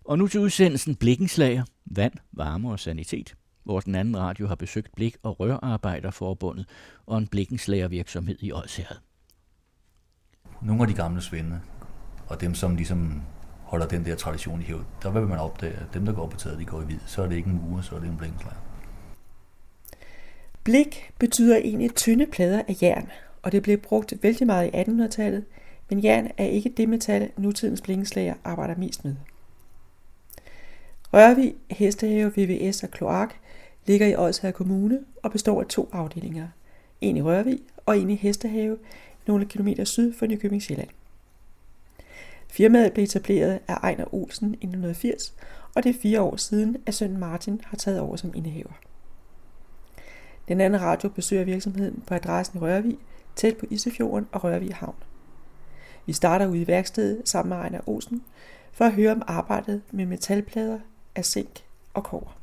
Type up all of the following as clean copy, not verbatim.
Og nu til udsendelsen Blikkenslager, vand, varme og sanitet, hvor den anden radio har besøgt Blik- og Rørarbejderforbundet og en blikkenslagervirksomhed i Odsherred. Nogle af de gamle svende, og dem som ligesom holder den der tradition i hævd, der vil man opdage, at dem der går på taget, de går i hvid. Så er det ikke en murer, så er det en blikkenslager. Blik betyder egentlig tynde plader af jern, og det blev brugt vældig meget i 1800-tallet, men jern er ikke det metal, nutidens blikkenslager arbejder mest med. Rørvig, Hestehave, VVS og Kloak ligger i Odsherred Kommune og består af 2 afdelinger. En i Rørvig og en i Hestehave, nogle kilometer syd for Nykøbing Sjælland. Firmaet blev etableret af Ejner Olsen i 1980, og det er 4 år siden, at sønnen Martin har taget over som indehaver. Den anden radio besøger virksomheden på adressen i Rørvig, tæt på Isefjorden og Rørvig Havn. Vi starter ude i værkstedet sammen med Ejner Olsen for at høre om arbejdet med metalplader af zink og kobber.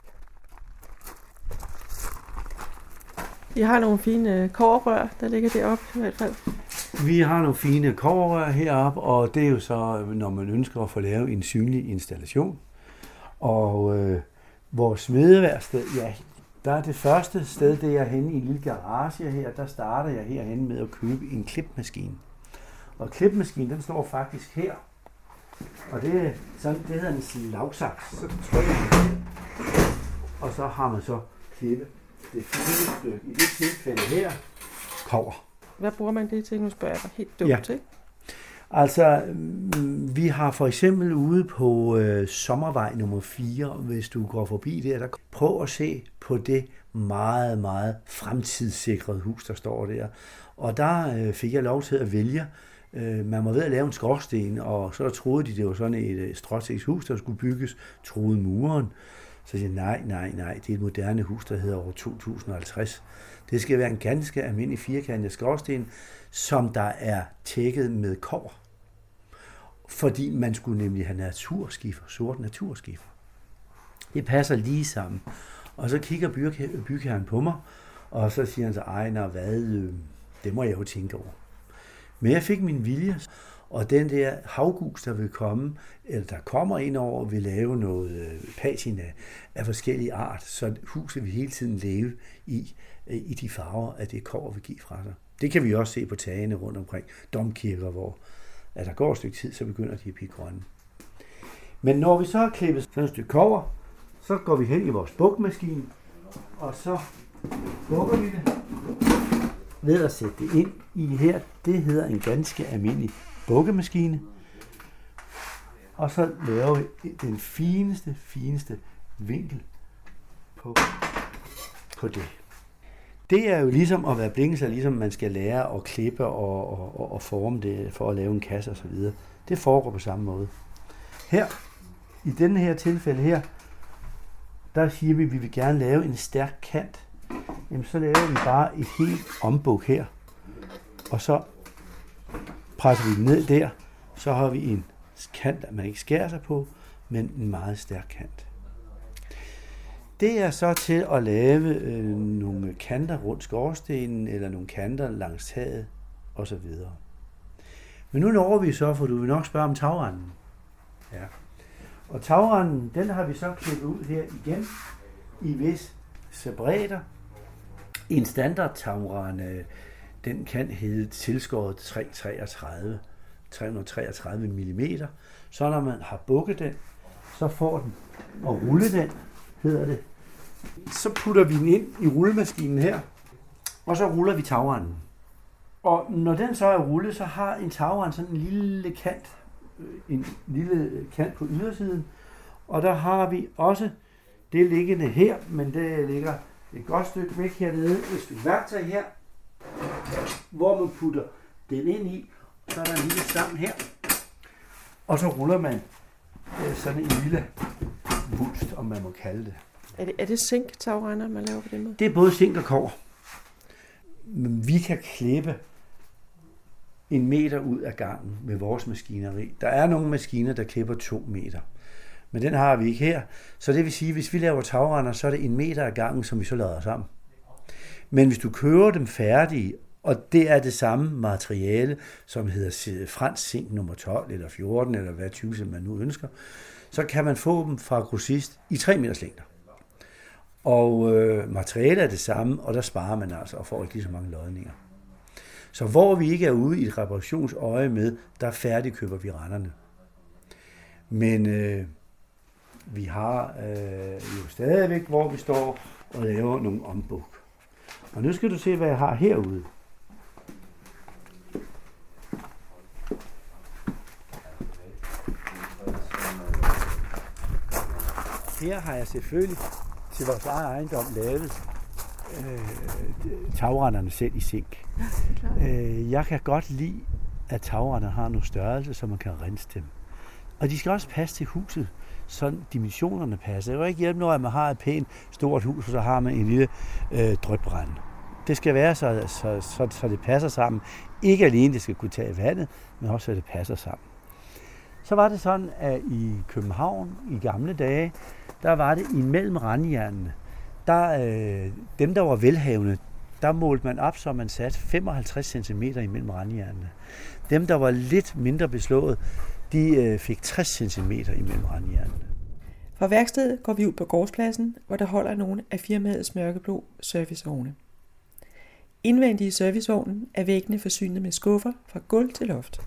Vi har nogle fine kobberrør, der ligger deroppe i hvert fald. Vi har nogle fine kobberrør heroppe, og det er jo så, når man ønsker at få lavet en synlig installation. Og vores smedeværksted, ja, der er det første sted, det er henne i en lille garage her. Der starter jeg herhen med at købe en klipmaskine. Og klipmaskinen, den står faktisk her. Og det hedder en slagsaks. Så trykker man her, og så har man så klippet det fine stykke. I det tilfælde her, kobber. Hvad bruger man det til? Nu spørger jeg dig helt dumt, ikke? Altså, vi har for eksempel ude på Sommervej nummer 4, hvis du går forbi der prøv at se på det meget, meget fremtidssikrede hus, der står der. Og der fik jeg lov til at vælge. Man var ved at lave en skorsten, og så troede de, det var sådan et stråtægt hus, der skulle bygges, troede muren. Så siger jeg, nej, det er et moderne hus, der hedder år 2050. Det skal være en ganske almindelig firkantet skorsten, som der er tækket med kobber. Fordi man skulle nemlig have naturskifer, sort naturskifer. Det passer lige sammen. Og så kigger bygherren på mig, og så siger han så, det må jeg jo tænke over. Men jeg fik min vilje, og den der havgus, der vil komme, eller der kommer ind over, vil lave noget patina af forskellige art, så huset vil hele tiden leve i de farver, at det kobber vil give fra sig. Det kan vi også se på tagene rundt omkring domkirker, hvor at der går et stykke tid, så begynder de at blive grønne. Men når vi så har klippet sådan et stykke kobber, så går vi hen i vores bugmaskine, og så bukker vi det ved at sætte det ind i her. Det hedder en ganske almindelig bukkemaskine. Og så laver vi den fineste vinkel på det. Det er jo ligesom at være blikkenslager, ligesom man skal lære at klippe og forme det for at lave en kasse og så videre. Det foregår på samme måde. Her, i denne her tilfælde her, der siger vi, at vi vil gerne lave en stærk kant. Jamen, så laver vi bare et helt ombuk her, og så presser vi den ned der, så har vi en kant, der man ikke skærer sig på, men en meget stærk kant. Det er så til at lave nogle kanter rundt skorstenen, eller nogle kanter langs taget, osv. Men nu når vi så, for du vil nok spørge om tagrenden. Ja. Og tagrenden, den har vi så klippet ud her igen, i vis bredder. En standard tagrende, den kan hedde tilskåret 333 mm. Så når man har bukket den, så får den, og rulle den, hedder det. Så putter vi den ind i rullemaskinen her, og så ruller vi tagrenden. Og når den så er rullet, så har en tagrende sådan en lille kant på ydersiden. Og der har vi også det liggende her, men det ligger et godt stykke væk hernede. Et stykke værktøj her, hvor man putter den ind i. Så er der en lille stang her. Og så ruller man sådan en lille vulst, om man må kalde det. Er det zink-tagregner, man laver på den måde? Det er både zink og kobber. Men vi kan klippe 1 meter ud af gangen med vores maskineri. Der er nogle maskiner, der klipper 2 meter. Men den har vi ikke her. Så det vil sige, at hvis vi laver tagrender, så er det 1 meter af gangen, som vi så lader sammen. Men hvis du kører dem færdige, Og det er det samme materiale, som hedder fransk zink nummer 12 eller 14, eller hvad type man nu ønsker. Så kan man få dem fra grossist i 3 meters længder. Og materialet er det samme, og der sparer man altså og får ikke lige så mange lodninger. Så hvor vi ikke er ude i et reparationsøje med, der færdigkøber vi randerne. Men vi har jo stadigvæk, hvor vi står og laver nogle ombuk. Og nu skal du se, hvad jeg har herude. Her har jeg selvfølgelig til vores egen ejendom lavet tagrenderne selv i zink. Jeg kan godt lide, at tagrenderne har nogle størrelse, så man kan rense dem. Og de skal også passe til huset, så dimensionerne passer. Det er jo ikke hjælpe, når man har et pænt stort hus, og så har man en lille dryprende. Det skal være, så det passer sammen. Ikke alene, det skal kunne tage vandet, men også, så det passer sammen. Så var det sådan, at i København i gamle dage, der var det imellem randjernene. Dem, der var velhavende, der målte man op, så man satte 55 cm imellem randjernene. Dem, der var lidt mindre beslået, de fik 60 cm imellem randjernene. Fra værkstedet går vi ud på gårdspladsen, hvor der holder nogle af firmaets mørkeblå servicevogne. Indvendigt i servicevognen er væggene forsynet med skuffer fra gulv til loft.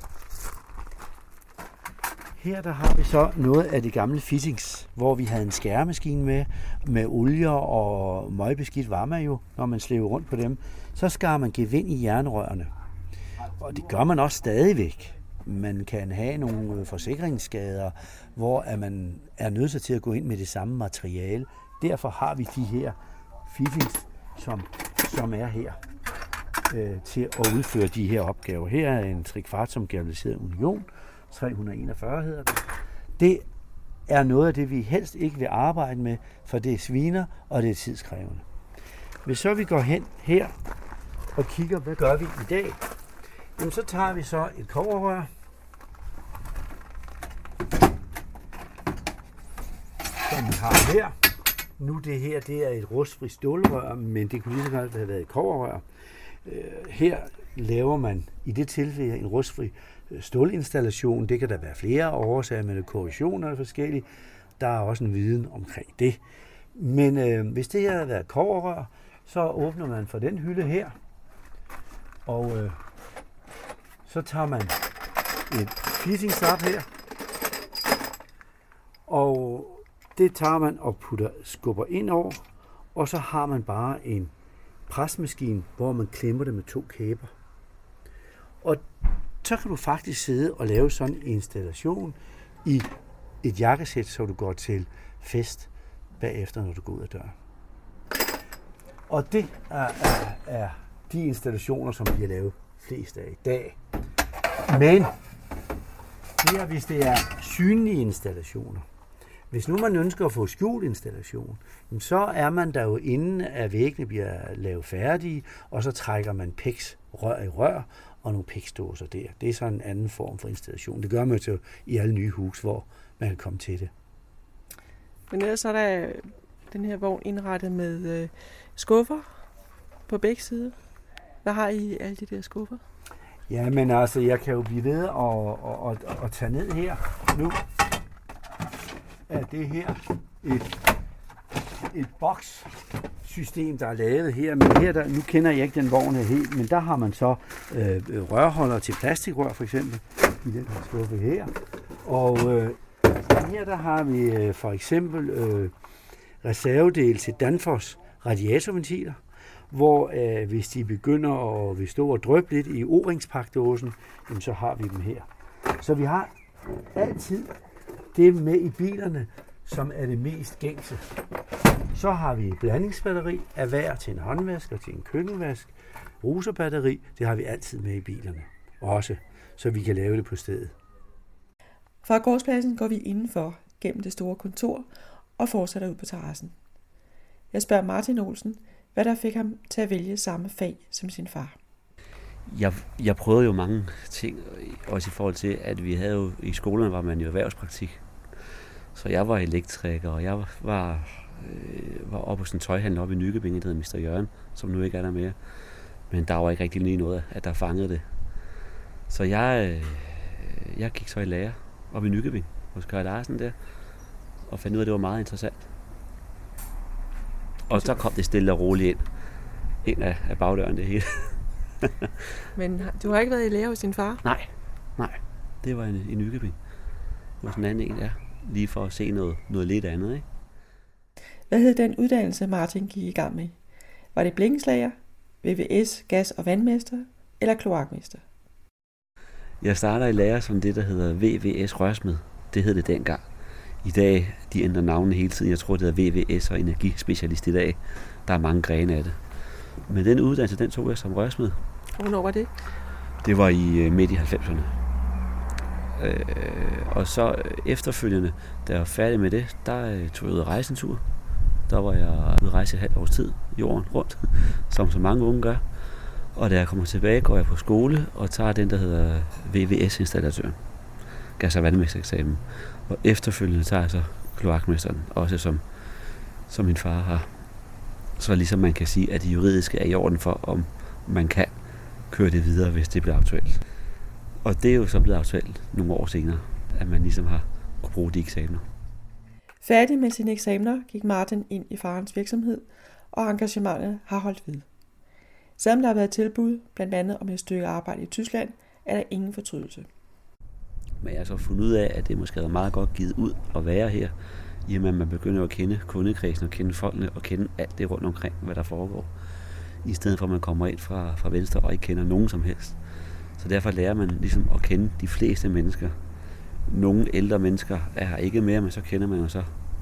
Her der har vi så noget af de gamle fittings, hvor vi havde en skæremaskine med olier og møgbeskidt varme jo, når man slæver rundt på dem. Så skar man gevind i jernrørene. Og det gør man også stadigvæk. Man kan have nogle forsikringsskader, hvor man er nødt til at gå ind med det samme materiale. Derfor har vi de her fittings, som er her til at udføre de her opgaver. Her er en trikvartum galvaniseret union. 341 hedder det. Det er noget af det, vi helst ikke vil arbejde med, for det er sviner, og det er tidskrævende. Hvis så vi går hen her og kigger, hvad gør vi i dag? Jamen, så tager vi så et kobberrør, som vi har her. Nu det her, det er et rustfrit stålrør, men det kunne lige så godt have været et kobberrør. Her laver man i det tilfælde en rustfri stålinstallation. Det kan der være flere årsager, med korrosioner og forskellige. Der er også en viden omkring det. Men hvis det her havde været kobberrør, så åbner man for den hylde her, og så tager man et fissingsap her, og det tager man og skubber ind over, og så har man bare en presmaskine, hvor man klemmer det med 2 kæber. Og så kan du faktisk sidde og lave sådan en installation i et jakkesæt, så du går til fest bagefter, når du går ud af døren. Og det er de installationer, som vi har lavet flest af i dag. Men det er, hvis det er synlige installationer. Hvis nu man ønsker at få skjult installation, så er man der jo inden at væggene bliver lavet færdige, og så trækker man rør i rør og nogle piksdåser der. Det er sådan en anden form for installation. Det gør man jo i alle nye hus, hvor man kan komme til det. Men ellers er der den her vogn indrettet med skuffer på begge sider. Hvad har I alle de der skuffer? Ja, men altså, jeg kan jo blive ved og tage ned her. Nu er det her et bokssystem, der er lavet her. Men her, nu kender jeg ikke den vogn her helt, men der har man så rørholder til plastikrør for eksempel i den her skuffe her. Og her der har vi for eksempel reservedel til Danfoss radiatorventiler, hvor hvis de begynder at stå og dryppe lidt i o-ringspakdåsen, så har vi dem her. Så vi har altid det med i bilerne, som er det mest gængse. Så har vi et blandingsbatteri af hver til en håndvask og til en køkkenvask. Ruserbatteri, det har vi altid med i bilerne også, så vi kan lave det på stedet. Fra gårdspladsen går vi indenfor gennem det store kontor og fortsætter ud på terrassen. Jeg spørger Martin Olsen, hvad der fik ham til at vælge samme fag som sin far. Jeg prøvede jo mange ting, også i forhold til, at vi havde jo, i skolerne var man jo erhvervspraktik. Så jeg var elektriker, og jeg var oppe hos en tøjhandler oppe i Nykøbing, der hedder Mr. Jørgen, som nu ikke er der mere. Men der var ikke rigtig lige noget, at der fangede det. Så jeg gik så i lære op i Nykøbing hos Kaj Larsen der, og fandt ud af, at det var meget interessant. Og så kom det stille og roligt ind af bagdøren det hele. Men du har ikke været i lære hos din far? Nej. Det var i Nykøbing. Hos en anden en, ja. Lige for at se noget lidt andet, ikke? Hvad hed den uddannelse, Martin gik i gang med? Var det blikkenslager, VVS, gas- og vandmester eller kloakmester? Jeg starter i lære som det, der hedder VVS rørsmed. Det hed det dengang. I dag, de ændrer navnene hele tiden. Jeg tror, det hedder VVS og energispecialist i dag. Der er mange grene af det. Men den uddannelse, den tog jeg som rørsmed. Hvornår var det? Det var i midt i 90'erne. Og så efterfølgende, da jeg var færdig med det, der tog jeg ud og rejse en tur. Der var jeg ude at rejse et halvt års tid jorden rundt, som så mange unge gør. Og da jeg kommer tilbage, går jeg på skole og tager den, der hedder VVS-installatøren. Gas- og vandmestereksamen. Og efterfølgende tager jeg så kloakmesteren, også som min far har. Så ligesom man kan sige, at det juridiske er i orden for, om man kan køre det videre, hvis det bliver aktuelt. Og det er jo så blevet aktuelt nogle år senere, at man ligesom har kunne bruge de eksamener. Færdig med sine eksamener gik Martin ind i farens virksomhed, og engagementet har holdt ved. Selvom der har været tilbud, blandt andet om et stykke arbejde i Tyskland, er der ingen fortrydelse. Men jeg har så fundet ud af, at det måske er meget godt givet ud at være her, i og med at man begynder at kende kundekredsen og kende folkene og kende alt det rundt omkring, hvad der foregår. I stedet for at man kommer ind fra venstre og ikke kender nogen som helst. Så derfor lærer man ligesom at kende de fleste mennesker. Nogle ældre mennesker er her ikke mere, men så kender man jo så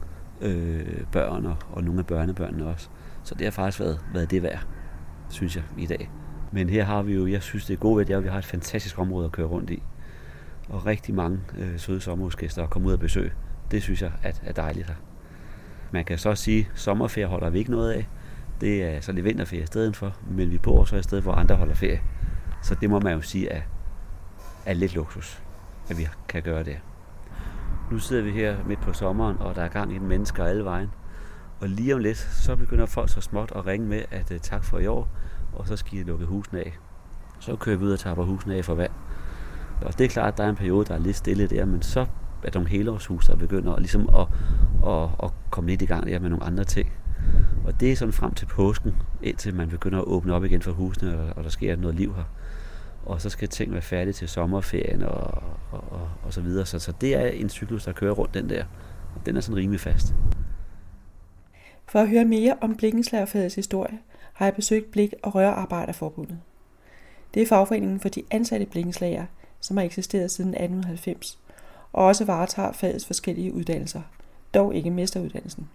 børn og nogle af børnebørnene også. Så det har faktisk været det værd, synes jeg, i dag. Men her har vi jo, jeg synes det er gode ved, at vi har et fantastisk område at køre rundt i. Og rigtig mange søde sommerhusgæster at komme ud og besøge. Det synes jeg er dejligt her. Man kan så sige, at sommerferie holder vi ikke noget af. Det er så lidt vinterferie i stedet for, men vi bor så i stedet, hvor andre holder ferie. Så det må man jo sige er lidt luksus, at vi kan gøre det. Nu sidder vi her midt på sommeren, og der er gang i mennesker alle vejen. Og lige om lidt, så begynder folk så småt at ringe med, at tak for i år, og så skal I lukke husene af. Så kører vi ud og tapper husene af for vand. Og det er klart, at der er en periode, der er lidt stille der, men så er der nogle helårshus, der begynder ligesom at komme lidt i gang der med nogle andre ting. Og det er sådan frem til påsken, indtil man begynder at åbne op igen for husene, og der sker noget liv her. Og så skal ting være færdige til sommerferien og så videre. Så det er en cyklus, der kører rundt den der. Og den er sådan rimelig fast. For at høre mere om blikkenslagerfagets historie, har jeg besøgt Blik- og Rørarbejderforbundet. Det er fagforeningen for de ansatte blikkenslager, som har eksisteret siden 1890, og også varetager fagets forskellige uddannelser, dog ikke mesteruddannelsen.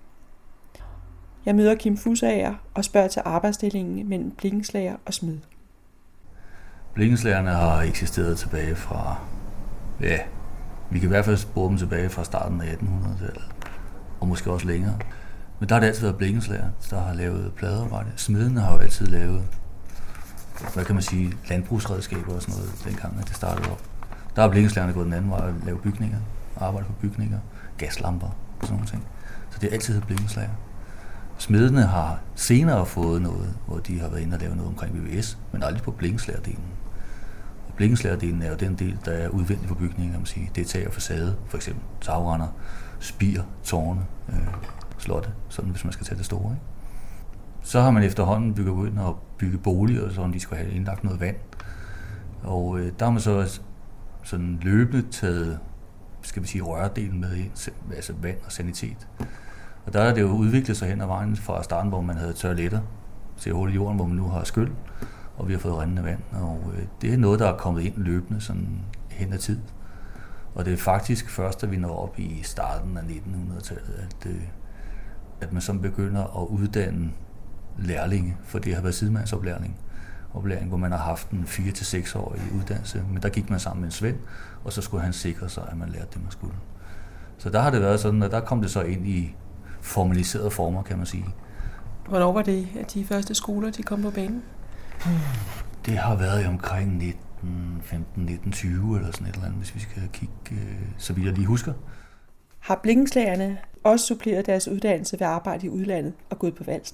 Jeg møder Kim Fusager og spørger til arbejdsdelingen mellem blikkenslager og smed. Blikkenslagerne har eksisteret tilbage fra, ja, vi kan i hvert fald spore dem tilbage fra starten af 1800-tallet, og måske også længere. Men der har det altid været blikkenslager, der har lavet pladearbejde. Smedene har jo altid lavet, hvad kan man sige, landbrugsredskaber og sådan noget, dengang at det startede op. Der har blikkenslagerne gået den anden vej og lavet bygninger, arbejde på bygninger, gaslamper og sådan nogle ting. Så det er altid hedder blikkenslager. Smedene har senere fået noget, hvor de har været inde og lave noget omkring VVS, men aldrig på blikkenslagerdelen. Og blikkenslagerdelen er jo den del, der er udvendig for bygninger, kan man sige. Det er tag og facade, for eksempel tagrender, spir, tårne, slotte, sådan hvis man skal tage det store. Ikke? Så har man efterhånden bygget og bygge boliger, så de skulle have indlagt noget vand. Og der har man så sådan løbende taget, skal vi sige, rørdelen med ind, altså vand og sanitet. Og der er det jo udviklet sig hen ad vejen fra starten, hvor man havde toiletter til hul i jorden, hvor man nu har skyld, og vi har fået rindende vand. Og det er noget, der er kommet ind løbende sådan hen ad tid. Og det er faktisk først, da vi når op i starten af 1900-tallet, at man så begynder at uddanne lærlinge, for det har været sidemandsoplæring, hvor man har haft en 4-6-årig uddannelse, men der gik man sammen med en svend, og så skulle han sikre sig, at man lærte det, man skulle. Så der har det været sådan, at der kom det så ind i formaliserede former, kan man sige. Hvornår var det, at de første skoler de kom på banen? Det har været i omkring 1915-1920 eller sådan et eller andet, hvis vi skal kigge, så vidt jeg lige husker. Har blikkenslagerne også suppleret deres uddannelse ved arbejde i udlandet og gået på valsen?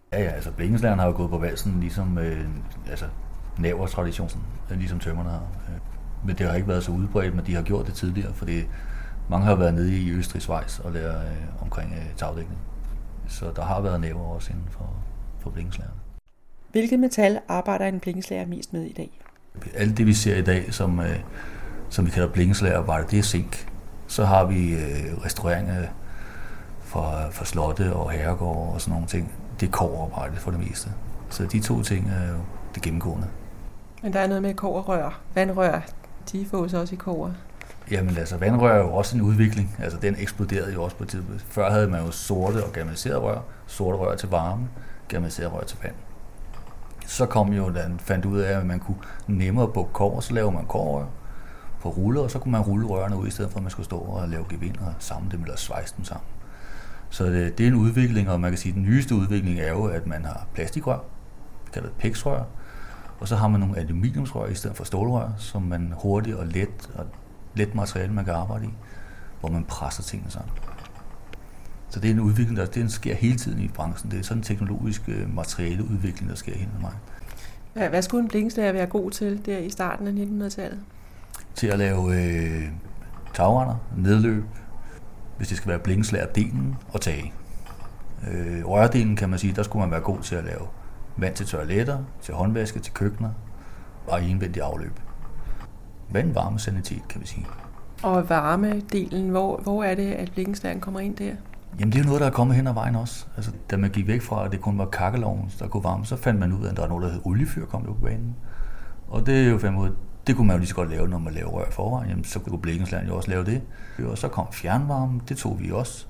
Ja, altså blikkenslagerne har jo gået på valsen, ligesom navertraditionen, ligesom tømmerne har. Men det har ikke været så udbredt, men de har gjort det tidligere, fordi mange har været nede i Østrig, Schweiz og lære omkring tagdækning. Så der har været næver også inden for blikkenslagerne. Hvilket metal arbejder en blikkenslager mest med i dag? Alt det, vi ser i dag, som vi kalder blikkenslagerarbejde, det er zink. Så har vi restaurering for slotte og herregårde og sådan nogle ting. Det er kobberarbejde for det meste. Så de to ting er jo det gennemgående. Men der er noget med kobberrør, vandrør, de fås også i kobber. Jamen altså, vandrør er jo også en udvikling. Altså, den eksploderede jo også på et tidspunkt. Før havde man jo sorte og galvaniserede rør. Sorte rør til varme, galvaniserede rør til vand. Så kom jo, da man fandt ud af, at man kunne nemmere bukke kobber, så lavede man kobberrør på ruller, og så kunne man rulle rørene ud, i stedet for at man skulle stå og lave gevind og samle dem eller svejse dem sammen. Så det er en udvikling, og man kan sige, at den nyeste udvikling er jo, at man har plastikrør, kaldet PEX-rør, og så har man nogle aluminiumsrør i stedet for stålrør, som man hurtigt og let materiale, man kan arbejde i, hvor man presser tingene sammen. Så det er en udvikling, der sker hele tiden i branchen. Det er sådan en teknologisk materialeudvikling, der sker hele vejen. Hvad skulle en blikkenslager være god til der i starten af 1900-tallet? Til at lave tagrender, nedløb, hvis det skal være blikkenslagerdelen og tage. Rørdelen kan man sige, der skulle man være god til at lave vand til toiletter, til håndvaske, til køkkener og indvendig afløb. Vand, varme, sanitet, kan vi sige. Og varmedelen, hvor er det, at blikkenslageren kommer ind der? Jamen det er jo noget, der er kommet hen ad vejen også. Altså, da man gik væk fra, at det kun var kakkelovnen, der kunne varme, så fandt man ud af, at der er noget, der hed oliefyr, kom jo på banen. Og det er jo fandme ud, det kunne man jo lige så godt lave, når man laver rør forvejen. Jamen, så kunne blikkenslageren jo også lave det. Og så kom fjernvarme, det tog vi også.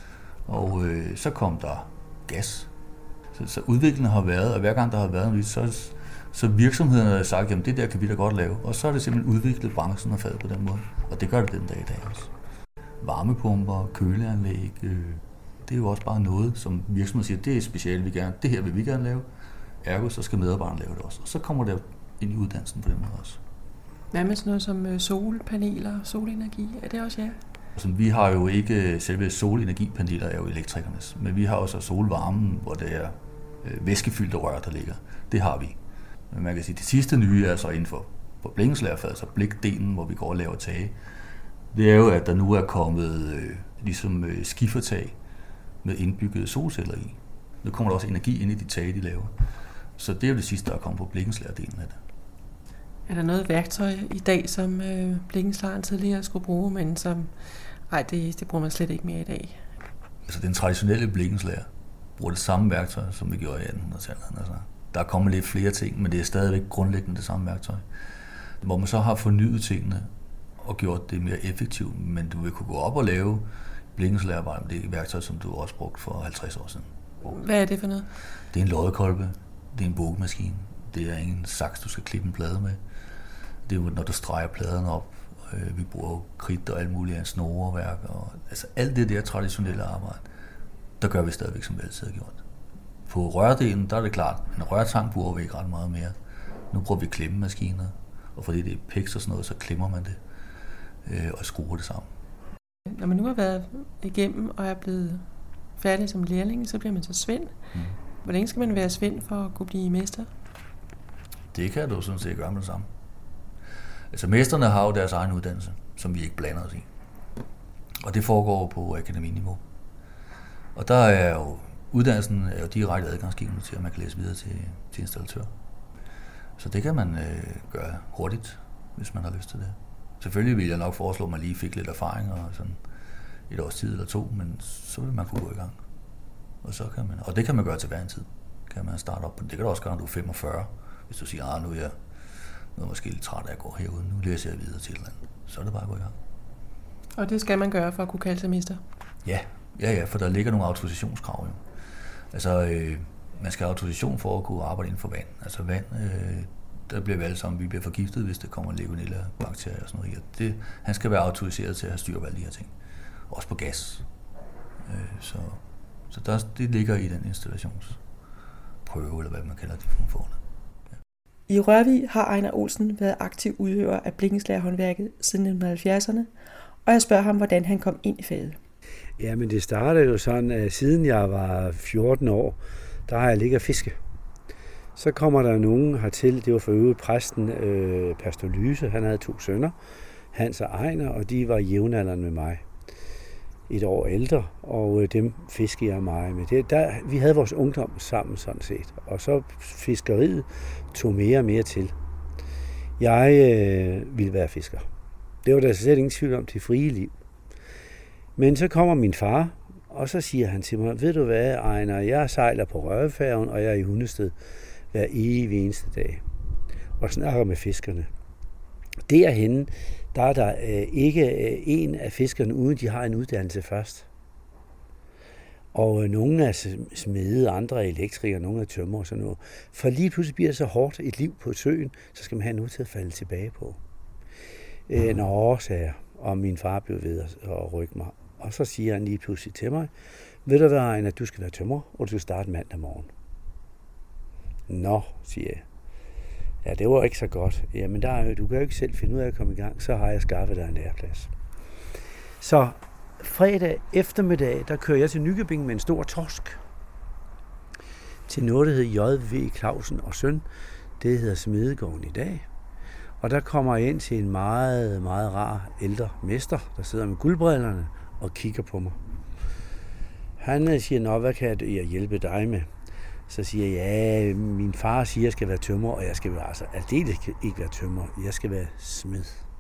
Og så kom der gas. Så udviklingen har været, og hver gang der har været noget, så virksomhederne har sagt, jamen det der kan vi da godt lave. Og så er det simpelthen udviklet branchen og faget på den måde. Og det gør det den dag i dag også. Varmepumper, køleanlæg, det er jo også bare noget, som virksomheden siger, det er specielt, det her vil vi gerne lave. Ergo, så skal medarbejderne lave det også. Og så kommer det ind i uddannelsen på den måde også. Hvad med sådan noget som solpaneler, solenergi? Er det også jer? Altså, vi har jo ikke selve solenergipaneler, er jo elektrikernes, men vi har også solvarmen, hvor det er væskefyldte rør, der ligger. Det har vi. Men man kan sige, at det sidste nye er så inden for blikkenslagerfaget, så blikdelen, hvor vi går og laver tage. Det er jo, at der nu er kommet skifertag med indbyggede solceller i. Nu kommer der også energi ind i de tage, de laver. Så det er jo det sidste, der er kommet på blikkenslagerdelen af det. Er der noget værktøj i dag, som blikkenslageren tidligere skulle bruge, men som det bruger man slet ikke mere i dag? Altså den traditionelle blikkenslager bruger det samme værktøj, som vi gjorde i 1800-tallet. Altså, der er kommet lidt flere ting, men det er stadigvæk grundlæggende det samme værktøj. Hvor man så har fornyet tingene og gjort det mere effektivt, men du vil kunne gå op og lave blikkenslagerarbejde med det værktøj, som du også brugte for 50 år siden. Hvad er det for noget? Det er en loddekolbe, det er en bukkemaskine, det er en saks, du skal klippe en plade med. Det er jo, når du streger pladerne op. Vi bruger kridt og alt muligt, snoreværk og altså alt det der traditionelle arbejde, der gør vi stadigvæk, som vi altid har gjort. På rørdelen, der er det klart, en rørtang bruger vi ikke ret meget mere. Nu bruger vi klemmemaskiner, og fordi det er PEX og sådan noget, så klemmer man det og skruer det sammen. Når man nu har været igennem og er blevet færdig som lærling, så bliver man så svend. Hvor længe skal man være svend for at kunne blive mester? Det kan du sådan set gøre med det samme. Altså mesterne har jo deres egen uddannelse, som vi ikke blander os i. Og det foregår på akademiniveau. Og der er jo, uddannelsen er jo direkte adgangsgivende til, at man kan læse videre til installatør. Så det kan man gøre hurtigt, hvis man har lyst til det. Selvfølgelig vil jeg nok foreslå, at man lige fik lidt erfaring og sådan et års tid eller 2, men så vil man kunne gå i gang. Og det kan man gøre til hver en tid. Kan man starte op på det. Det kan du også gøre, når du er 45. Hvis du siger, nu er jeg måske lidt træt af at gå herude, nu læser jeg videre til et eller andet. Så er det bare at gå i gang. Og det skal man gøre for at kunne kalde sig mester? Ja, for der ligger nogle autorisationskrav jo. Altså, man skal have autorisation for at kunne arbejde inden for vand. Altså vand, der bliver vi alle sammen, vi bliver forgiftet, hvis der kommer legionella-bakterier og sådan noget. Han skal være autoriseret til at have styr på alle de her ting. Også på gas. Så det ligger i den installationsprøve, eller hvad man kalder de funktioner. I Rørvig har Ejner Olsen været aktiv udøver af blikkenslagerhåndværket siden 1970'erne, og jeg spørger ham, hvordan han kom ind i faget. Ja, men det startede jo sådan, at siden jeg var 14 år, Der har jeg ligget og fiske. Så kommer der nogen hertil, det var for øvrigt præsten Pastor Lyse, han havde 2 sønner, Hans og Ejner, og de var jævnaldrende med mig. Et år ældre, og dem fiskede jeg meget med. Vi havde vores ungdom sammen sådan set, og så fiskeriet tog mere og mere til. Jeg ville være fisker. Det var der slet ingen tvivl om til frie liv. Men så kommer min far, og så siger han til mig, ved du hvad, Ejner, jeg sejler på Rørvefærgen, og jeg er i Hundested hver evig eneste dag, og snakker med fiskerne. Derhenne, der er der ikke en af fiskerne, uden de har en uddannelse først. Og nogle er smede, andre er elektrikere, nogle er tømrer og sådan noget. For lige pludselig bliver det så hårdt et liv på søen, så skal man have noget til at falde tilbage på. Nå, sagde jeg, og min far blev ved at rykke mig. Og så siger han lige pludselig til mig, ved du hvad, Ejner, at du skal være tømrer, og du skal starte mandag morgen. Nå, siger jeg. Ja, det var ikke så godt. Jamen, du kan jo ikke selv finde ud af at komme i gang, så har jeg skaffet dig en læreplads. Så fredag eftermiddag, der kører jeg til Nykøbing med en stor torsk. Til noget, der hedder J.V. Clausen og Søn. Det hedder Smedegården i dag. Og der kommer jeg ind til en meget, meget rar ældre mester, der sidder med guldbrillerne og kigger på mig. Han siger, nå, hvad kan jeg hjælpe dig med? Så siger jeg, ja, min far siger, at jeg skal være tømrer, og jeg skal aldeles ikke være tømrer. Jeg skal være smed.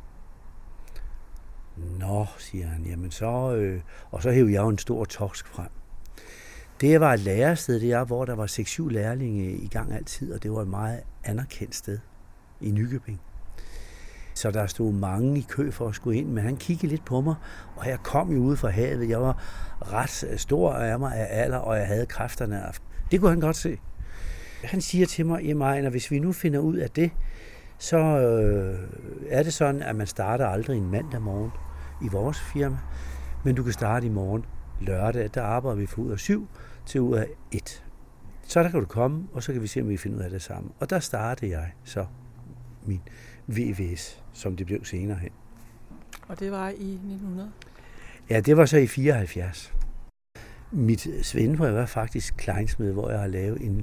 Nå, siger han, jamen så... Og så hævde jeg jo en stor torsk frem. Det var et lærersted, hvor der var 6-7 lærlinge i gang altid, og det var et meget anerkendt sted i Nykøbing. Så der stod mange i kø for at skulle ind, men han kiggede lidt på mig, og jeg kom jo ude fra havet. Jeg var ret stor af mig af alder, og jeg havde kræfterne. Det kunne han godt se. Han siger til mig, Ejner, hvis vi nu finder ud af det, så er det sådan, at man starter aldrig en mandag morgen i vores firma, men du kan starte i morgen lørdag. Der arbejder vi fra ud af 7 til ud af 1. Så der kan du komme, og så kan vi se, om vi finder ud af det sammen. Og der startede jeg så min VVS, som det blev senere hen. Og det var i 1900? Ja, det var så i 74. Mit svendebrev var faktisk Kleinsmed, hvor jeg har lavet en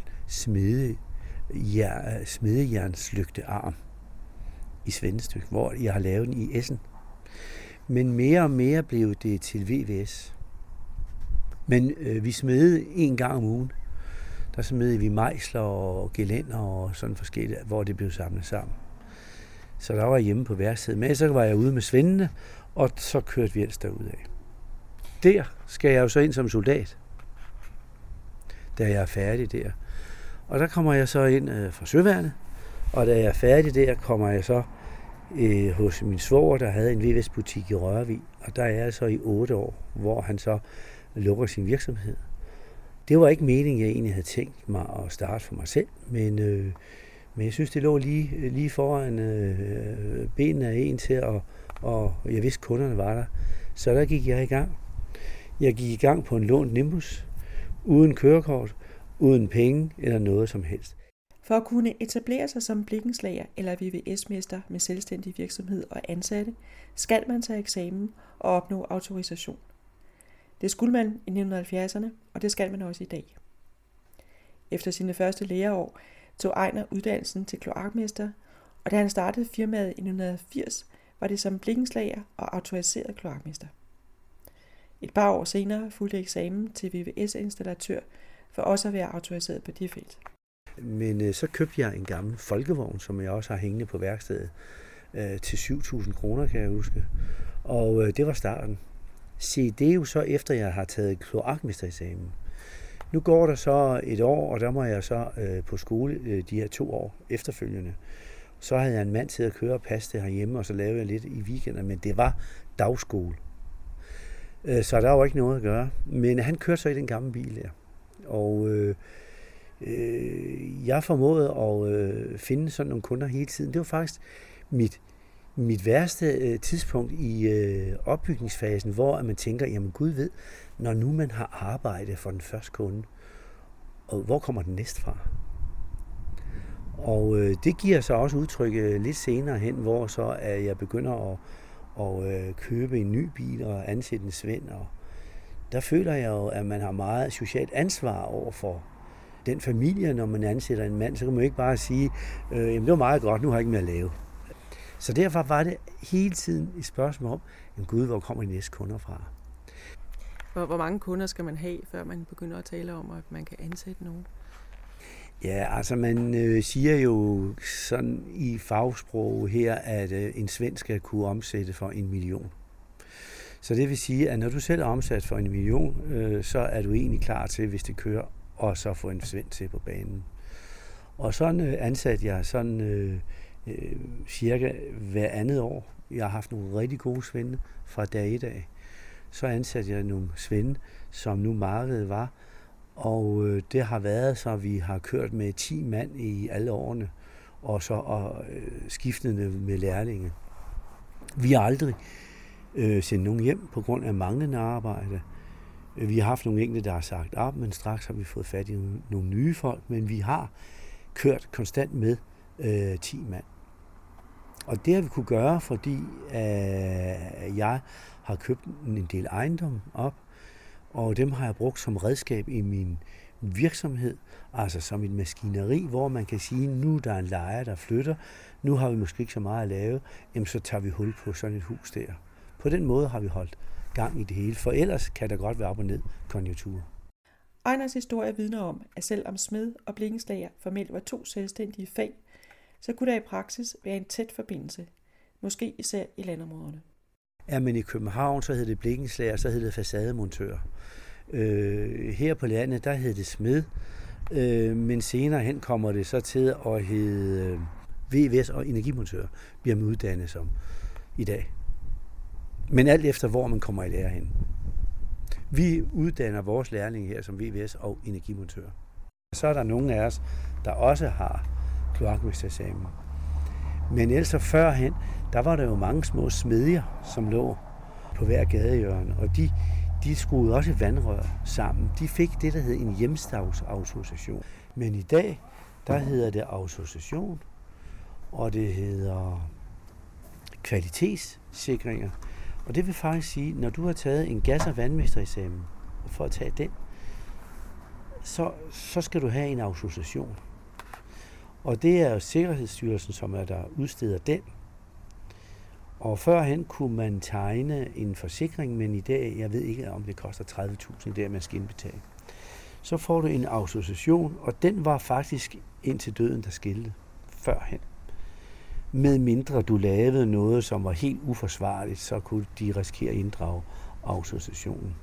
smedejernslygte arm i Svendestykke, hvor jeg har lavet den i Essen. Men mere og mere blev det til VVS. Men vi smedede en gang om ugen. Der smedede vi mejsler og gelænder og sådan forskellige, hvor det blev samlet sammen. Så der var jeg hjemme på værkstedet. Men så var jeg ude med svendene, og så kørte vi ellers derudad. Der skal jeg jo så ind som soldat, da jeg er færdig der. Og der kommer jeg så ind fra Søværnet, og da jeg er færdig der, kommer jeg så hos min svoger, der havde en VVS-butik i Rørvig, og der er jeg så i 8 år, hvor han så lukker sin virksomhed. Det var ikke meningen, jeg egentlig havde tænkt mig at starte for mig selv, men jeg synes, det lå lige foran benene af en til, og jeg vidste, kunderne var der. Så der gik jeg i gang. Jeg gik i gang på en lånt Nimbus, uden kørekort, uden penge eller noget som helst. For at kunne etablere sig som blikkenslager eller VVS-mester med selvstændig virksomhed og ansatte, skal man tage eksamen og opnå autorisation. Det skulle man i 1970'erne, og det skal man også i dag. Efter sine første læreår tog Ejner uddannelsen til kloakmester, og da han startede firmaet i 1980, var det som blikkenslager og autoriseret kloakmester. Et par år senere fulgte eksamen til VVS-installatør for også at være autoriseret på det felt. Men så købte jeg en gammel folkevogn, som jeg også har hængende på værkstedet, til 7.000 kroner, kan jeg huske. Og det var starten. Se, det er jo så efter, jeg har taget kloakmestereksamen. Nu går der så et år, og der må jeg så på skole de her 2 år efterfølgende. Så havde jeg en mand til at køre og passe det herhjemme, og så lavede jeg lidt i weekender, men det var dagskole. Så der var ikke noget at gøre. Men han kørte så i den gamle bil der. Og jeg formåede at finde sådan nogle kunder hele tiden. Det var faktisk mit værste tidspunkt i opbygningsfasen, hvor man tænker, jamen Gud ved, når nu man har arbejdet for den første kunde, og hvor kommer den næste fra? Og det giver så også udtryk lidt senere hen, hvor så at jeg begynder at købe en ny bil og ansætte en svend. Og der føler jeg jo, at man har meget socialt ansvar over for den familie, når man ansætter en mand, så kan man ikke bare sige, jamen det var meget godt, nu har jeg ikke mere at lave. Så derfor var det hele tiden et spørgsmål om, Gud, hvor kommer de næste kunder fra? Hvor mange kunder skal man have, før man begynder at tale om, at man kan ansætte nogen? Ja, altså man siger jo sådan i fagsprog her, at en svensk skal kunne omsætte for 1 million. Så det vil sige, at når du selv er omsat for 1 million, så er du egentlig klar til, hvis det kører, og så få en svensk til på banen. Og sådan ansatte jeg sådan cirka hver andet år. Jeg har haft nogle rigtig gode svende fra dag i dag. Så ansatte jeg nogle svende, som nu markedet var. Og det har været, så vi har kørt med 10 mand i alle årene, og så skiftende med lærlinge. Vi har aldrig sendt nogen hjem på grund af manglende arbejde. Vi har haft nogle enkelte, der har sagt op, men straks har vi fået fat i nogle nye folk, men vi har kørt konstant med 10 mand. Og det har vi kunne gøre, fordi jeg har købt en del ejendom op, og dem har jeg brugt som redskab i min virksomhed, altså som et maskineri, hvor man kan sige, nu der er en lejer, der flytter, nu har vi måske ikke så meget at lave, jamen så tager vi hul på sådan et hus der. På den måde har vi holdt gang i det hele, for ellers kan der godt være op og ned konjunkturer. Einars historie vidner om, at selvom smed og blikkenslager formelt var 2 selvstændige fag, så kunne der i praksis være en tæt forbindelse, måske især i landområderne. Ja, men i København, så hed det blikkenslager, så hed det facademontør. Her på landet, der hed det smed, men senere hen kommer det så til at hedde VVS og energimontør, bliver man uddannet som i dag. Men alt efter, hvor man kommer i lære hen. Vi uddanner vores lærlinge her som VVS og energimontør. Så er der nogle af os, der også har kloakmestereksamen. Men ellers så førhen, der var der jo mange små smedjer, som lå på hver gadehjørne, og de skruede også vandrør sammen. De fik det, der hed en hjemstavsautorisation. Men i dag, der hedder det autorisation, og det hedder kvalitetssikringer. Og det vil faktisk sige, når du har taget en gas- og vandmestereksamen, og for at tage den, så skal du have en autorisation. Og det er jo Sikkerhedsstyrelsen, som er der udsteder den. Og førhen kunne man tegne en forsikring, men i dag, jeg ved ikke, om det koster 30.000, det man skal indbetale. Så får du en autorisation, og den var faktisk indtil døden, der skilte førhen. Med mindre du lavede noget, som var helt uforsvarligt, så kunne de risikere at inddrage autorisationen.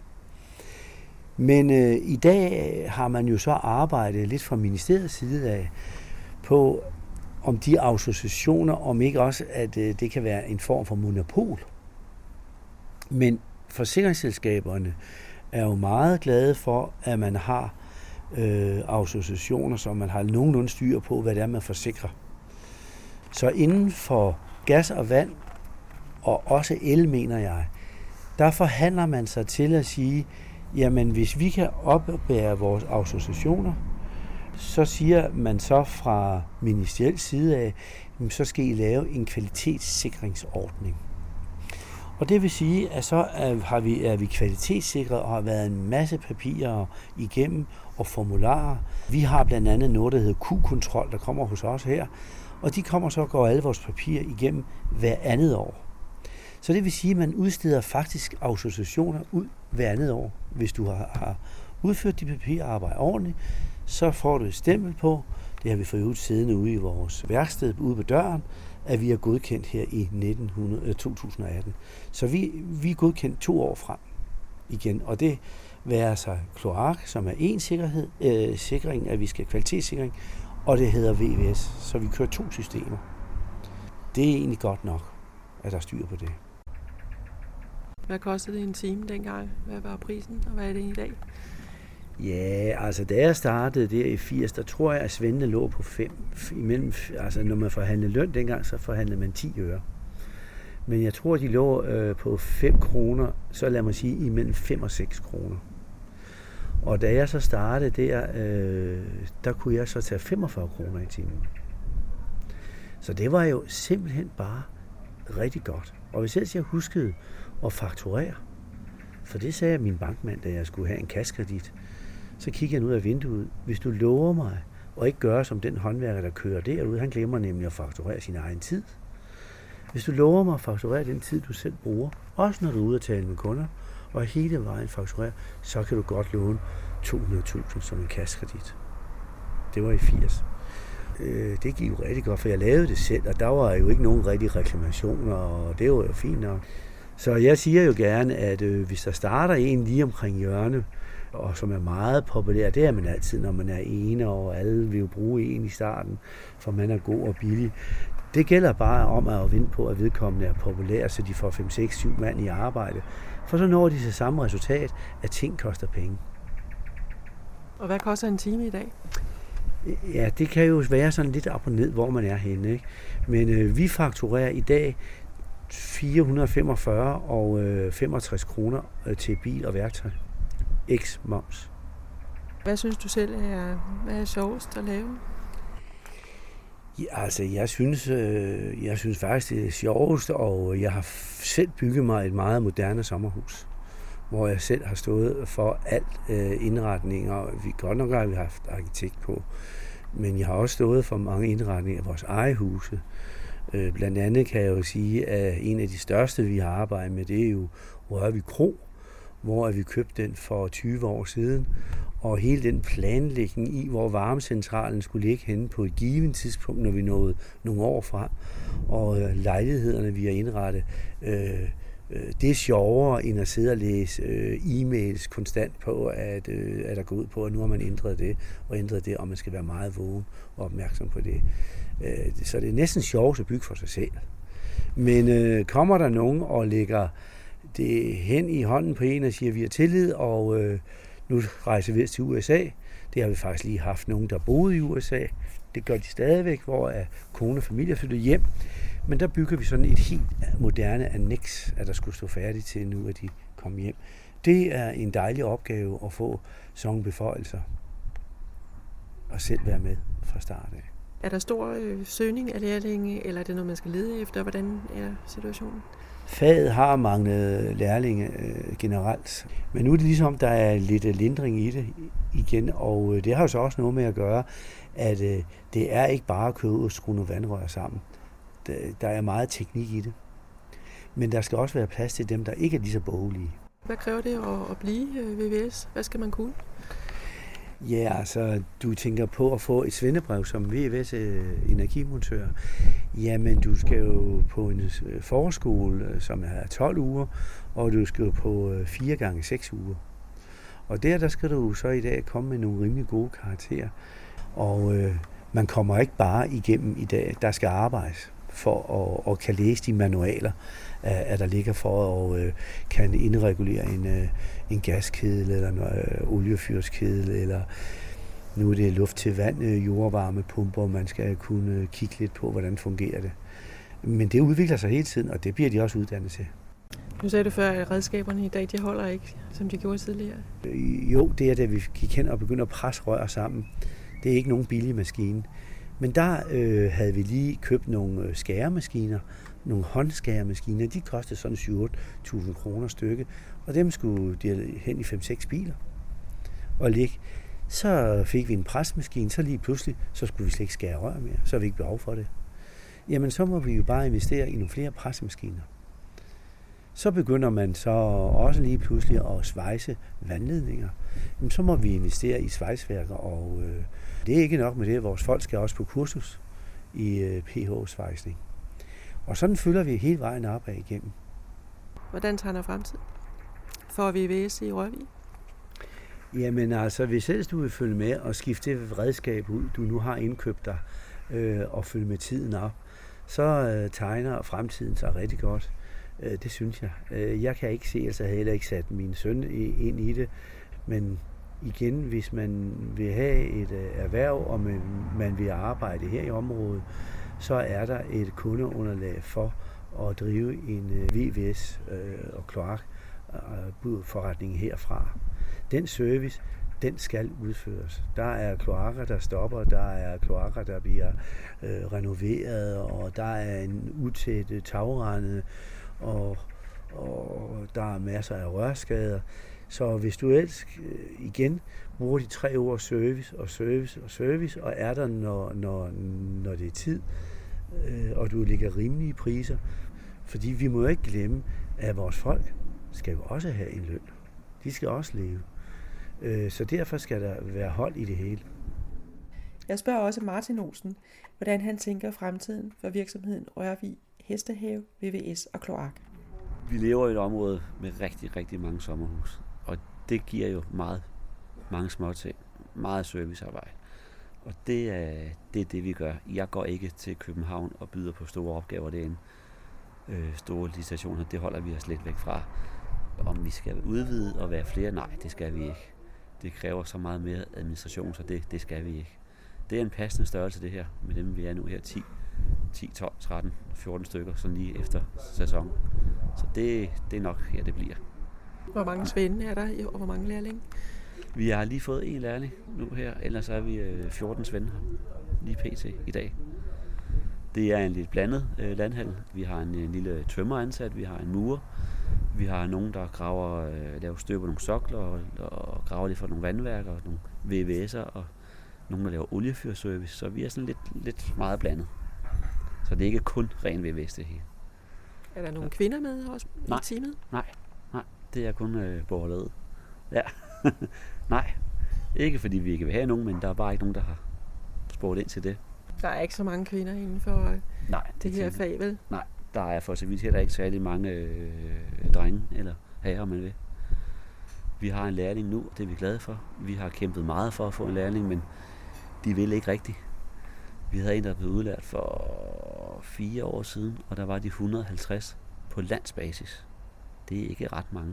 Men i dag har man jo så arbejdet lidt fra ministeriets side af på, om de autorisationer, om ikke også, at det kan være en form for monopol. Men forsikringsselskaberne er jo meget glade for, at man har autorisationer, så man har nogenlunde styr på, hvad det er, man forsikrer. Så inden for gas og vand, og også el, mener jeg, der forhandler man sig til at sige, jamen hvis vi kan opbære vores autorisationer, så siger man så fra ministeriel side af, så skal I lave en kvalitetssikringsordning. Og det vil sige, at så er vi kvalitetssikret og har været en masse papirer igennem og formularer. Vi har blandt andet noget, der hedder Q-kontrol, der kommer hos os her, og de kommer så og går alle vores papirer igennem hver andet år. Så det vil sige, at man udsteder faktisk autorisationer ud hver andet år. Hvis du har udført de papirarbejde ordentligt, så får du et stempel på, det har vi fået siddende ude i vores værksted ude på døren, at vi er godkendt her i 2018. Så vi er godkendt 2 år frem igen, og det værer sig kloak, som er en sikring, at vi skal kvalitetssikring, og det hedder VVS, så vi kører 2 systemer. Det er egentlig godt nok, at der er styr på det. Hvad kostede det en time dengang? Hvad var prisen, og hvad er det i dag? Ja, altså da jeg startede der i 80, der tror jeg, at svendene lå på 5. Altså når man forhandlede løn dengang, så forhandlede man 10 øre. Men jeg tror, de lå på 5 kroner, så lad mig sige imellem 5 og 6 kroner. Og da jeg så startede der kunne jeg så tage 45 kroner i timen. Så det var jo simpelthen bare rigtig godt. Og hvis ellers jeg huskede at fakturere, for det sagde min bankmand, da jeg skulle have en kassekredit, Så kigger jeg ud af vinduet. Hvis du lover mig, og ikke gør som den håndværker, der kører derude, han glemmer nemlig at fakturere sin egen tid. Hvis du lover mig at fakturere den tid, du selv bruger, også når du er ude at tale med kunder, og hele vejen fakturere, så kan du godt låne 200.000 som en kassekredit. Det var i 80. Det gik jo rigtig godt, for jeg lavede det selv, og der var jo ikke nogen rigtige reklamationer, og det var jo fint nok. Så jeg siger jo gerne, at hvis der starter en lige omkring hjørne, og som er meget populær, det er man altid, når man er ene, og alle vil jo bruge en i starten, for man er god og billig. Det gælder bare om at vente på, at vedkommende er populær, så de får 5, 6, 7 mand i arbejde. For så når de til samme resultat, at ting koster penge. Og hvad koster en time i dag? Ja, det kan jo være sådan lidt op og ned, hvor man er henne. Ikke? Men vi fakturerer i dag 445 og 65 kroner til bil og værktøj. X-moms. Hvad synes du selv er sjovest at lave? Ja, altså, jeg synes faktisk, det er sjovest, og jeg har selv bygget mig et meget moderne sommerhus, hvor jeg selv har stået for alt indretninger. Vi godt nok har vi haft arkitekt på, men jeg har også stået for mange indretninger af vores eget huse. Blandt andet kan jeg jo sige, at en af de største, vi har arbejdet med, det er jo Rørvig Kro, hvor vi købte den for 20 år siden, og hele den planlægning i, hvor varmecentralen skulle ligge henne på et givet tidspunkt, når vi nåede nogle år frem, og lejlighederne, vi har indrettet, det er sjovere, end at sidde og læse e-mails konstant på, at der går ud på, at nu har man ændret det, og man skal være meget vågen og opmærksom på det. Så det er næsten sjovt at bygge for sig selv. Men kommer der nogen og lægger det hen i hånden på en og siger, at vi har tillid, og nu rejser vi til USA. Det har vi faktisk lige haft nogen, der boede i USA. Det gør de stadigvæk, hvor kone og familie flyttet hjem. Men der bygger vi sådan et helt moderne annex, at der skulle stå færdigt til nu, at de kom hjem. Det er en dejlig opgave at få sådan nogle beføjelser og selv være med fra start af. Er der stor søgning af lærlinge, eller er det noget, man skal lede efter? Hvordan er situationen? Faget har manglet lærlinge generelt, men nu er det ligesom, der er lidt lindring i det igen, og det har jo så også noget med at gøre, at det er ikke bare at køre ud og skrue nogle vandrør sammen. Der er meget teknik i det, men der skal også være plads til dem, der ikke er lige så boglige. Hvad kræver det at blive VVS? Hvad skal man kunne? Ja, altså, du tænker på at få et svendebrev som VVS energimontør. Jamen, du skal jo på en forskole, som er 12 uger, og du skal jo på 4 gange 6 uger. Og der skal du så i dag komme med nogle rimelig gode karakterer. Og man kommer ikke bare igennem i dag. Der skal arbejdes for at kan læse de manualer, at der ligger for at kan indregulere en gaskedel eller en oliefyrskedel, eller nu er det luft til vand, jordvarmepumper, man skal kunne kigge lidt på, hvordan fungerer det. Men det udvikler sig hele tiden, og det bliver de også uddannet til. Nu sagde du før, at redskaberne i dag, de holder ikke, som de gjorde tidligere. Jo, det er da vi gik hen og begyndte at presse rør sammen. Det er ikke nogen billig maskine. Men der havde vi lige købt nogle skæremaskiner, nogle håndskæremaskiner. De kostede sådan 7-8.000 kroner stykke, og dem skulle de hen i 5-6 biler og ligge. Så fik vi en presmaskine, så lige pludselig, så skulle vi slet ikke skære rør mere, så har vi ikke behov for det. Jamen, så må vi jo bare investere i nogle flere presmaskiner. Så begynder man så også lige pludselig at svejse vandledninger. Jamen, så må vi investere i svejsværker, og det er ikke nok med det. Vores folk skal også på kursus i pH-svejsning. Og sådan følger vi hele vejen opad igennem. Hvordan tegner fremtiden for VVS i Rørvig? Jamen altså, hvis helst du vil følge med og skifte det redskab ud, du nu har indkøbt dig, og følge med tiden op, så tegner fremtiden sig rigtig godt. Det synes jeg. Jeg kan ikke se, altså jeg har heller ikke sat min søn ind i det, men igen, hvis man vil have et erhverv, og man vil arbejde her i området, så er der et kundeunderlag for at drive en VVS og kloakforretning herfra. Den service, den skal udføres. Der er kloakker, der stopper, der er kloakker, der bliver renoveret, og der er en utæt tagrende, og der er masser af rørskader. Så hvis du ellers igen bruger de 3 ord service, og er der, når det er tid, og du lægger rimelige priser, fordi vi må ikke glemme, at vores folk skal jo også have en løn. De skal også leve. Så derfor skal der være hold i det hele. Jeg spørger også Martin Olsen, hvordan han tænker fremtiden for virksomheden Rørvig Hestehave, VVS og Kloak. Vi lever i et område med rigtig, rigtig mange sommerhus, og det giver jo mange små ting, meget servicearbejde. Og det er det, vi gør. Jeg går ikke til København og byder på store opgaver derinde. Store licitationer, det holder vi os lidt væk fra. Om vi skal udvide og være flere? Nej, det skal vi ikke. Det kræver så meget mere administration, så det skal vi ikke. Det er en passende størrelse, det her, med dem vi er nu her 10, 12, 13, 14 stykker, sådan lige efter sæson. Så det er nok her, det bliver. Hvor mange svende er der, og hvor mange lærlinge? Vi har lige fået en lærling nu her, ellers er vi 14 svende lige pt. I dag. Det er en lidt blandet landhandel. Vi har en lille tømmer ansat, vi har en murer, vi har nogen, der laver støb på nogle sokler og graver lidt for nogle vandværker og nogle VVS'er og nogen, der laver oliefyrservice. Så vi er sådan lidt meget blandet. Så det er ikke kun ren VVS det hele. Er der nogle kvinder med også i teamet? Nej. Det er kun borgerlaget. Ja. Nej. Ikke fordi vi ikke vil have nogen, men der er bare ikke nogen, der har spurgt ind til det. Der er ikke så mange kvinder inden for det her fag, vel? Nej, der er for så vidt heller ikke særlig mange drenge eller herrer, man vil. Vi har en lærling nu, det er vi glade for. Vi har kæmpet meget for at få en lærling, men de vil ikke rigtigt. Vi havde en, der blev udlært for 4 år siden, og der var de 150 på landsbasis. Det er ikke ret mange.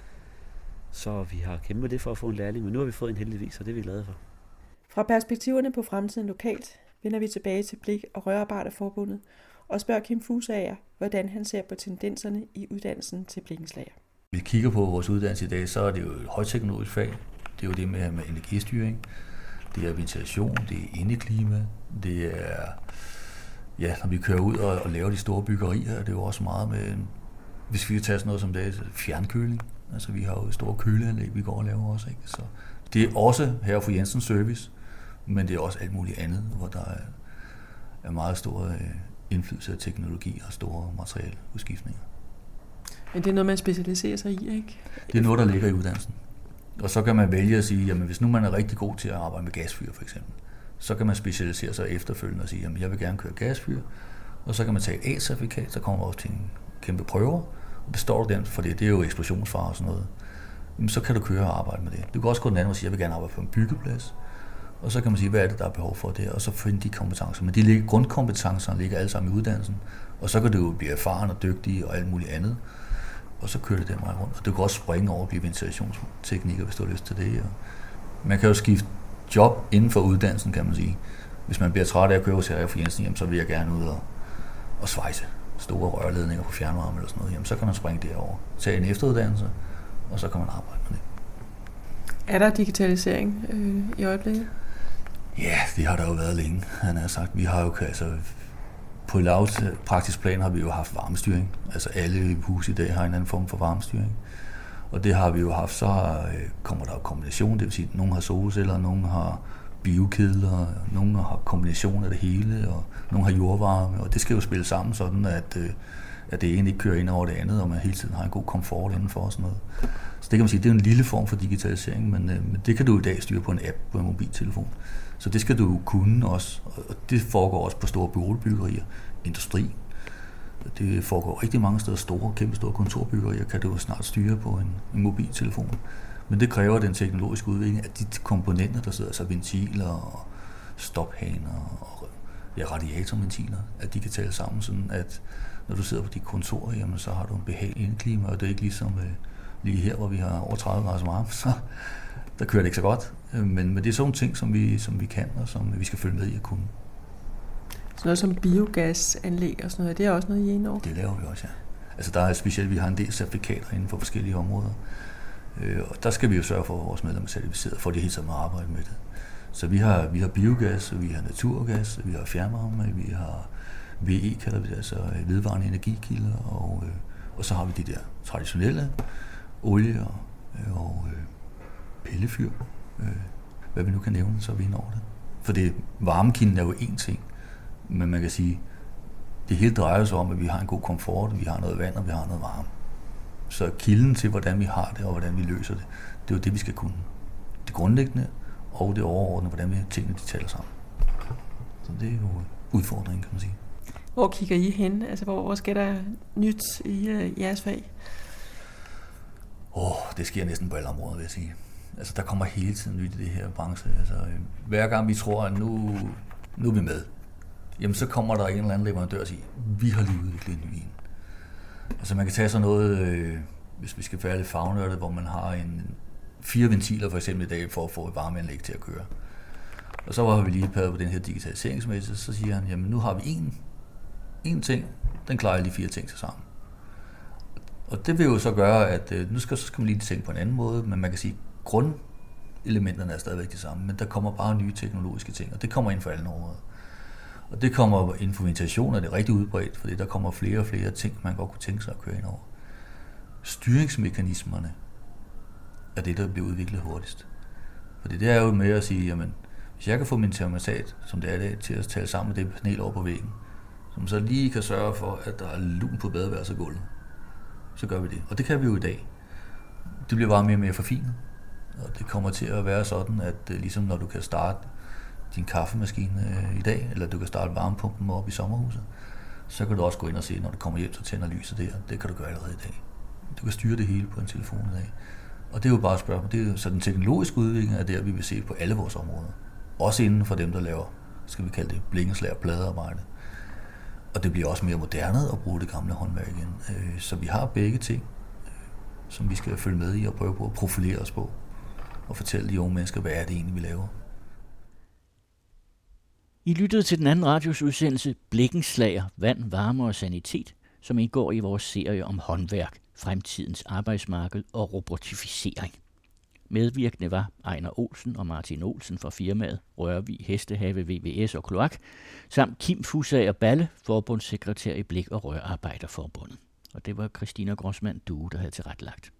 Så vi har kæmpet det for at få en lærling, men nu har vi fået en heldigvis, og det er vi glade for. Fra perspektiverne på fremtiden lokalt vender vi tilbage til Blik- og Rørarbejderforbundet og spørger Kim Fusager, hvordan han ser på tendenserne i uddannelsen til blikkenslager. Vi kigger på vores uddannelse i dag, så er det jo et højteknologisk fag. Det er jo det med energistyring, det er ventilation, det er indeklima, det er, når vi kører ud og laver de store byggerier, det er jo også meget med, hvis vi kan tage sådan noget som det, fjernkøling. Altså vi har jo store køleanlæg, vi går og laver også, ikke? Så det er også her for Jensens Service, men det er også alt muligt andet, hvor der er meget stor indflydelse af teknologi og store materialeudskiftninger. Men det er noget, man specialiserer sig i, ikke? Det er noget, der ligger i uddannelsen. Og så kan man vælge at sige, jamen hvis nu man er rigtig god til at arbejde med gasfyr for eksempel, så kan man specialisere sig efterfølgende og sige, jamen jeg vil gerne køre gasfyr, og så kan man tage et A-certifikat, så kommer man også til en kæmpe prøver, og består du den, for det er jo eksplosionsfare og sådan noget, jamen, så kan du køre og arbejde med det. Du kan også gå den anden og sige, jeg vil gerne arbejde på en byggeplads, og så kan man sige, hvad er det, der er behov for det, og så finde de kompetencer. Men grundkompetencerne ligger alle sammen i uddannelsen, og så kan du jo blive erfaren og dygtig og alt muligt andet, og så kører det den vej rundt. Og du kan også springe over og blive ventilationstekniker, hvis du har lyst til det. Og man kan jo skifte job inden for uddannelsen, kan man sige. Hvis man bliver træt af at køre hos Herre for Jensen, jamen, så vil jeg gerne ud og svejse store rørledninger på fjernvarme eller sådan noget. Jamen, så kan man springe derover, tage en efteruddannelse, og så kan man arbejde med det. Er der digitalisering i øjeblikket? Ja, det har der jo været længe, han har sagt. Vi har jo på lavpraktisk plan har vi jo haft varmestyring. Altså alle huse i dag har en anden form for varmestyring. Og det har vi jo haft, så kommer der jo kombination, det vil sige, at nogle har solceller, nogle har biokedler, nogle har kombination af det hele, og nogle har jordvarme, og det skal jo spille sammen sådan, at det ene ikke kører ind over det andet, og man hele tiden har en god komfort indenfor og sådan noget. Så det kan man sige, det er en lille form for digitalisering, men det kan du i dag styre på en app på en mobiltelefon. Så det skal du kunne også, og det foregår også på store boligbyggerier, industri. Det foregår rigtig mange steder, kæmpe store kontorbyggerier, kan du snart styre på en mobiltelefon. Men det kræver den teknologiske udvikling, at de komponenter, der sidder, altså ventiler og stophaner og radiatorventiler, at de kan tale sammen, sådan at når du sidder på dit kontor, jamen, så har du en behagelig indeklima, og det er ikke ligesom lige her, hvor vi har over 30 grader varme, så der kører det ikke så godt. Men det er sådan nogle ting, som vi kan, og som vi skal følge med i at kunne. Sådan noget som biogasanlæg og sådan noget, det er også noget i en år? Det laver vi også, ja. Altså der er specielt, vi har en del certifikater inden for forskellige områder. Og der skal vi jo sørge for, at vores medlemmer er certificeret, for de hele tiden at arbejde med det. Så vi har biogas, vi har naturgas, vi har fjernvarme, vi har VE, kalder vi det, altså vedvarende energikilder, og så har vi de der traditionelle olie og og pillefyr, hvad vi nu kan nævne, så er vi inde over det. For det varmekilden er jo én ting, men man kan sige, det hele drejer sig om, at vi har en god komfort, vi har noget vand, og vi har noget varme. Så kilden til, hvordan vi har det, og hvordan vi løser det, det er jo det, vi skal kunne. Det grundlæggende og det overordnede, hvordan vi tingene de taler sammen. Så det er jo udfordringen, kan man sige. Hvor kigger I hen? Altså, hvor sker der nyt i jeres fag? Det sker næsten på alle områder, vil jeg sige. Altså, der kommer hele tiden nyt i det her branche. Altså, hver gang vi tror, at nu er vi med, jamen så kommer der en eller anden leverandør og siger, vi har lige udviklet en ny en. Altså, man kan tage sådan noget, hvis vi skal være lidt fagnørdet, hvor man har 4 ventiler for eksempel i dag, for at få et varmeanlæg til at køre. Og så var vi lige på den her digitaliseringsmesse, så siger han, jamen nu har vi en ting, den klarer lige 4 ting til sammen. Og det vil jo så gøre, at nu skal man lige tænke på en anden måde, men man kan sige, at grundelementerne er stadigvæk de samme, men der kommer bare nye teknologiske ting, og det kommer ind for alle områder. Og det kommer inden for ventilation, er det rigtig udbredt, fordi der kommer flere og flere ting, man godt kunne tænke sig at køre ind over. Styringsmekanismerne er det, der bliver udviklet hurtigst. Fordi det er jo med at sige, jamen, hvis jeg kan få min termostat, som det er i dag, til at tale sammen med det panel over på væggen, som så lige kan sørge for, at der er lun på badeværelset og gulvet, så gør vi det. Og det kan vi jo i dag. Det bliver bare mere og mere forfinet. Og det kommer til at være sådan, at ligesom når du kan starte din kaffemaskine i dag, eller du kan starte varmepumpen op i sommerhuset, så kan du også gå ind og se, når du kommer hjem, så tænder lyset der. Det kan du gøre allerede i dag. Du kan styre det hele på en telefon i dag. Og det er jo bare et spørgsmål. Det er jo, så den teknologiske udvikling er der, vi vil se på alle vores områder. Også inden for dem, der laver, skal vi kalde det, blikkenslager og pladearbejde. Og det bliver også mere moderne at bruge det gamle håndværk igen. Så vi har begge ting, som vi skal følge med i og prøve på at profilere os på. Og fortælle de unge mennesker, hvad er det egentlig, vi laver. I lyttede til den anden radios udsendelse Blikkenslager, vand, varme og sanitet, som indgår i vores serie om håndværk, fremtidens arbejdsmarked og robotificering. Medvirkende var Ejner Olsen og Martin Olsen fra firmaet Rørvig Hestehave VVS og Kloak, samt Kim Fusager Balle, forbundssekretær i Blik- og Rørarbejderforbundet. Og det var Christina Grossmann Due, der havde tilrettelagt.